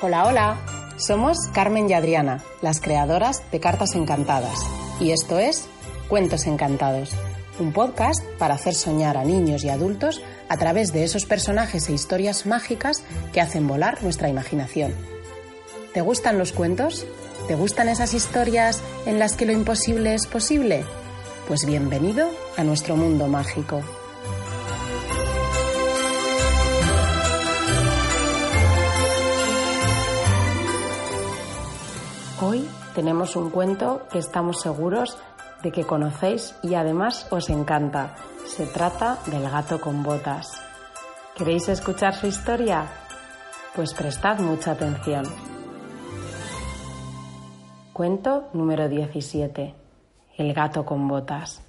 Hola, hola. Somos Carmen y Adriana, las creadoras de Cartas Encantadas. Y esto es Cuentos Encantados, un podcast para hacer soñar a niños y adultos a través de esos personajes e historias mágicas que hacen volar nuestra imaginación. ¿Te gustan los cuentos? ¿Te gustan esas historias en las que lo imposible es posible? Pues bienvenido a nuestro mundo mágico. Hoy tenemos un cuento que estamos seguros de que conocéis y además os encanta. Se trata del gato con botas. ¿Queréis escuchar su historia? Pues prestad mucha atención. Cuento número 17. El gato con botas.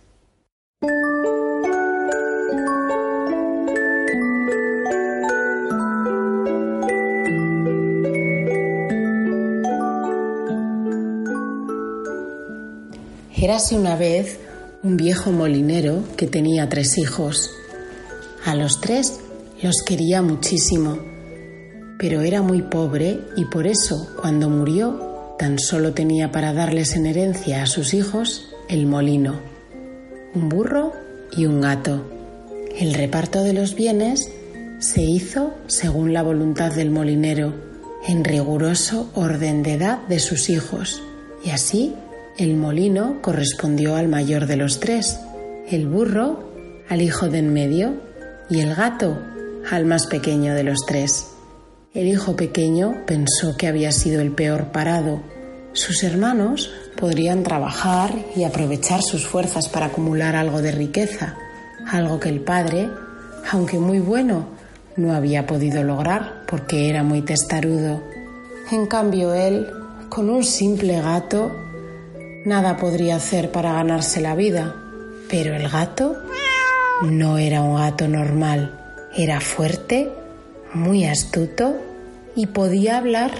Érase una vez un viejo molinero que tenía 3 hijos. A los 3 los quería muchísimo, pero era muy pobre y por eso, cuando murió, tan solo tenía para darles en herencia a sus hijos el molino, un burro y un gato. El reparto de los bienes se hizo según la voluntad del molinero, en riguroso orden de edad de sus hijos, y así el molino correspondió al mayor de los 3, el burro al hijo de en medio y el gato al más pequeño de los 3. El hijo pequeño pensó que había sido el peor parado. Sus hermanos podrían trabajar y aprovechar sus fuerzas para acumular algo de riqueza, algo que el padre, aunque muy bueno, no había podido lograr porque era muy testarudo. En cambio él, con un simple gato, nada podría hacer para ganarse la vida. Pero el gato no era un gato normal. Era fuerte, muy astuto y podía hablar.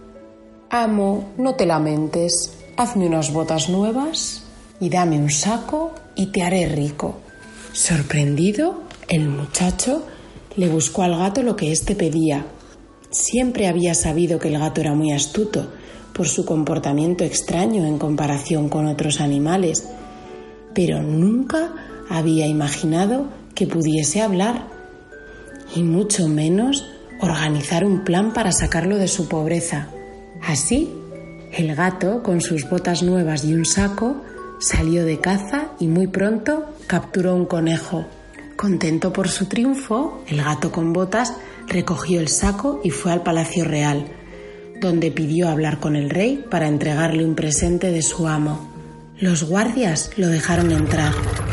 «Amo, no te lamentes. Hazme unas botas nuevas y dame un saco y te haré rico». Sorprendido, el muchacho le buscó al gato lo que éste pedía. Siempre había sabido que el gato era muy astuto, por su comportamiento extraño en comparación con otros animales, pero nunca había imaginado que pudiese hablar, y mucho menos organizar un plan para sacarlo de su pobreza. Así, el gato, con sus botas nuevas y un saco, salió de caza y muy pronto capturó un conejo. Contento por su triunfo, el gato con botas recogió el saco y fue al palacio real, donde pidió hablar con el rey para entregarle un presente de su amo. Los guardias lo dejaron entrar.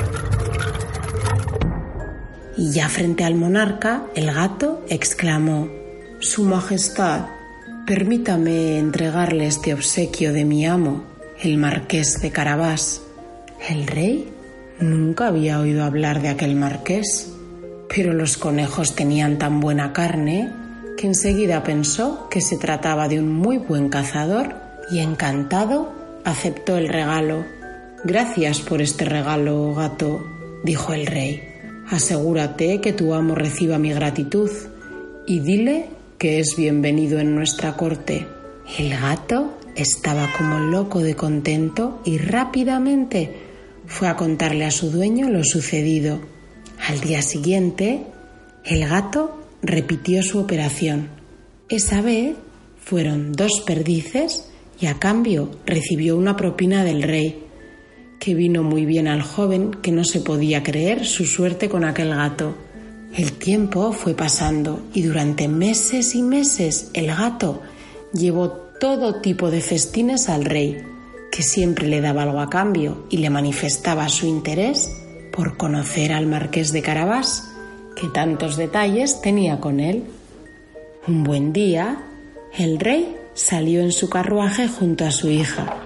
Y ya frente al monarca, el gato exclamó: «Su Majestad, permítame entregarle este obsequio de mi amo, el marqués de Carabás». El rey nunca había oído hablar de aquel marqués, pero los conejos tenían tan buena carne que enseguida pensó que se trataba de un muy buen cazador y, encantado, aceptó el regalo. «Gracias por este regalo, gato», dijo el rey. «Asegúrate que tu amo reciba mi gratitud y dile que es bienvenido en nuestra corte». El gato estaba como loco de contento y rápidamente fue a contarle a su dueño lo sucedido. Al día siguiente, el gato repitió su operación. Esa vez fueron 2 perdices y a cambio recibió una propina del rey, que vino muy bien al joven, que no se podía creer su suerte con aquel gato. El tiempo fue pasando y durante meses y meses el gato llevó todo tipo de festines al rey, que siempre le daba algo a cambio y le manifestaba su interés por conocer al marqués de Carabás, que tantos detalles tenía con él. Un buen día, el rey salió en su carruaje junto a su hija,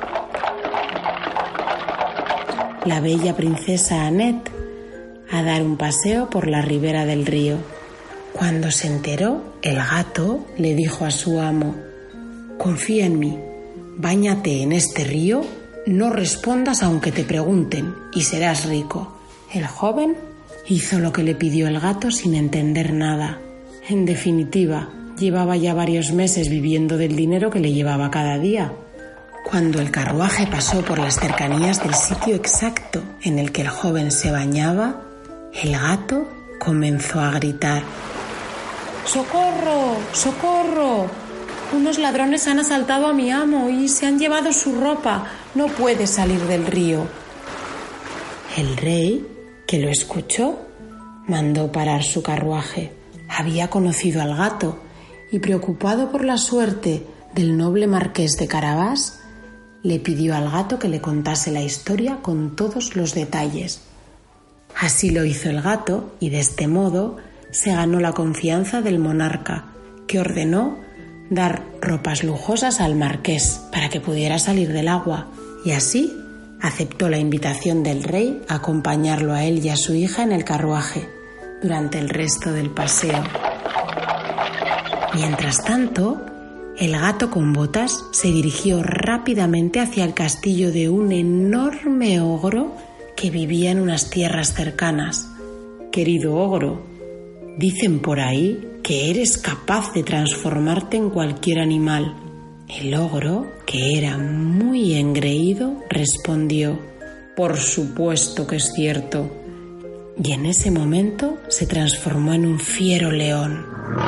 la bella princesa Annette, a dar un paseo por la ribera del río. Cuando se enteró, el gato le dijo a su amo: «Confía en mí, báñate en este río, no respondas aunque te pregunten y serás rico». El joven hizo lo que le pidió el gato sin entender nada. En definitiva, llevaba ya varios meses viviendo del dinero que le llevaba cada día. Cuando el carruaje pasó por las cercanías del sitio exacto en el que el joven se bañaba, el gato comenzó a gritar: ¡Socorro! ¡Socorro! Unos ladrones han asaltado a mi amo y se han llevado su ropa. No puede salir del río. El rey, que lo escuchó, mandó parar su carruaje. Había conocido al gato y, preocupado por la suerte del noble marqués de Carabás, le pidió al gato que le contase la historia con todos los detalles. Así lo hizo el gato y de este modo se ganó la confianza del monarca, que ordenó dar ropas lujosas al marqués para que pudiera salir del agua, y así aceptó la invitación del rey a acompañarlo a él y a su hija en el carruaje durante el resto del paseo. Mientras tanto, el gato con botas se dirigió rápidamente hacia el castillo de un enorme ogro que vivía en unas tierras cercanas. Querido ogro, dicen por ahí que eres capaz de transformarte en cualquier animal. El ogro, que era muy engreído, respondió: por supuesto que es cierto. Y en ese momento se transformó en un fiero león.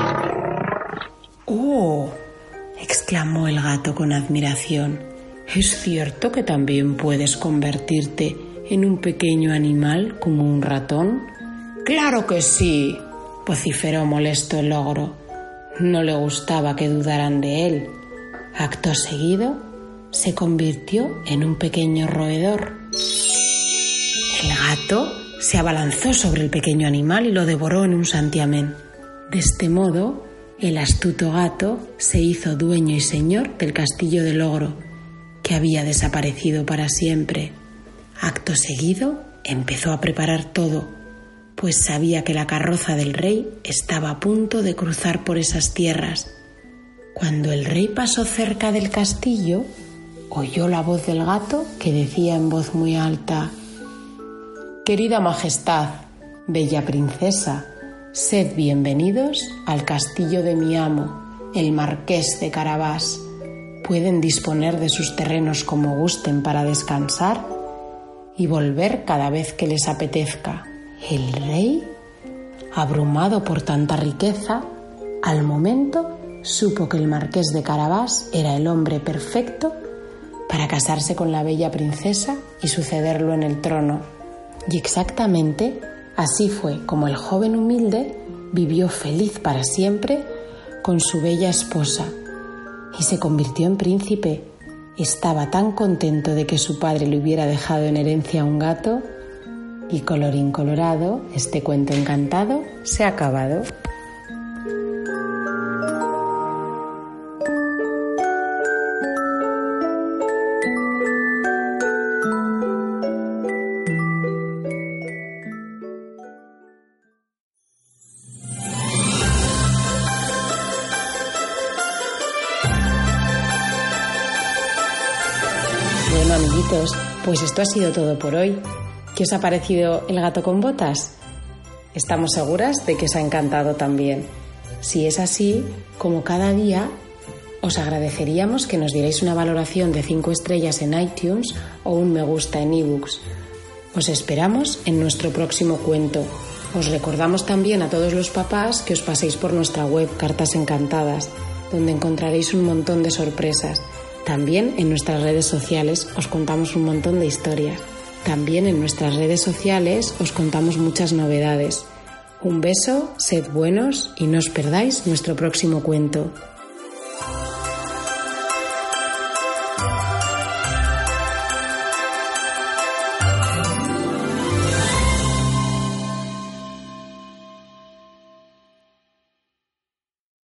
¡Oh!, exclamó el gato con admiración. ¿Es cierto que también puedes convertirte en un pequeño animal como un ratón? ¡Claro que sí!, vociferó molesto el ogro. No le gustaba que dudaran de él. Acto seguido, se convirtió en un pequeño roedor. El gato se abalanzó sobre el pequeño animal y lo devoró en un santiamén. De este modo, el astuto gato se hizo dueño y señor del castillo del ogro, que había desaparecido para siempre. Acto seguido, empezó a preparar todo, pues sabía que la carroza del rey estaba a punto de cruzar por esas tierras. Cuando el rey pasó cerca del castillo, oyó la voz del gato que decía en voz muy alta: «Querida majestad, bella princesa, sed bienvenidos al castillo de mi amo, el marqués de Carabás. Pueden disponer de sus terrenos como gusten para descansar y volver cada vez que les apetezca». El rey, abrumado por tanta riqueza, al momento supo que el marqués de Carabás era el hombre perfecto para casarse con la bella princesa y sucederlo en el trono. Y exactamente así fue como el joven humilde vivió feliz para siempre con su bella esposa y se convirtió en príncipe. Estaba tan contento de que su padre le hubiera dejado en herencia a un gato. Y colorín colorado, este cuento encantado se ha acabado. Bueno, amiguitos, pues esto ha sido todo por hoy. ¿Qué os ha parecido el gato con botas? Estamos seguras de que os ha encantado también. Si es así, como cada día, os agradeceríamos que nos dierais una valoración de 5 estrellas en iTunes o un me gusta en ebooks. Os esperamos en nuestro próximo cuento. Os recordamos también a todos los papás que os paséis por nuestra web Cartas Encantadas, donde encontraréis un montón de sorpresas. También en nuestras redes sociales os contamos un montón de historias. También en nuestras redes sociales os contamos muchas novedades. Un beso, sed buenos y no os perdáis nuestro próximo cuento.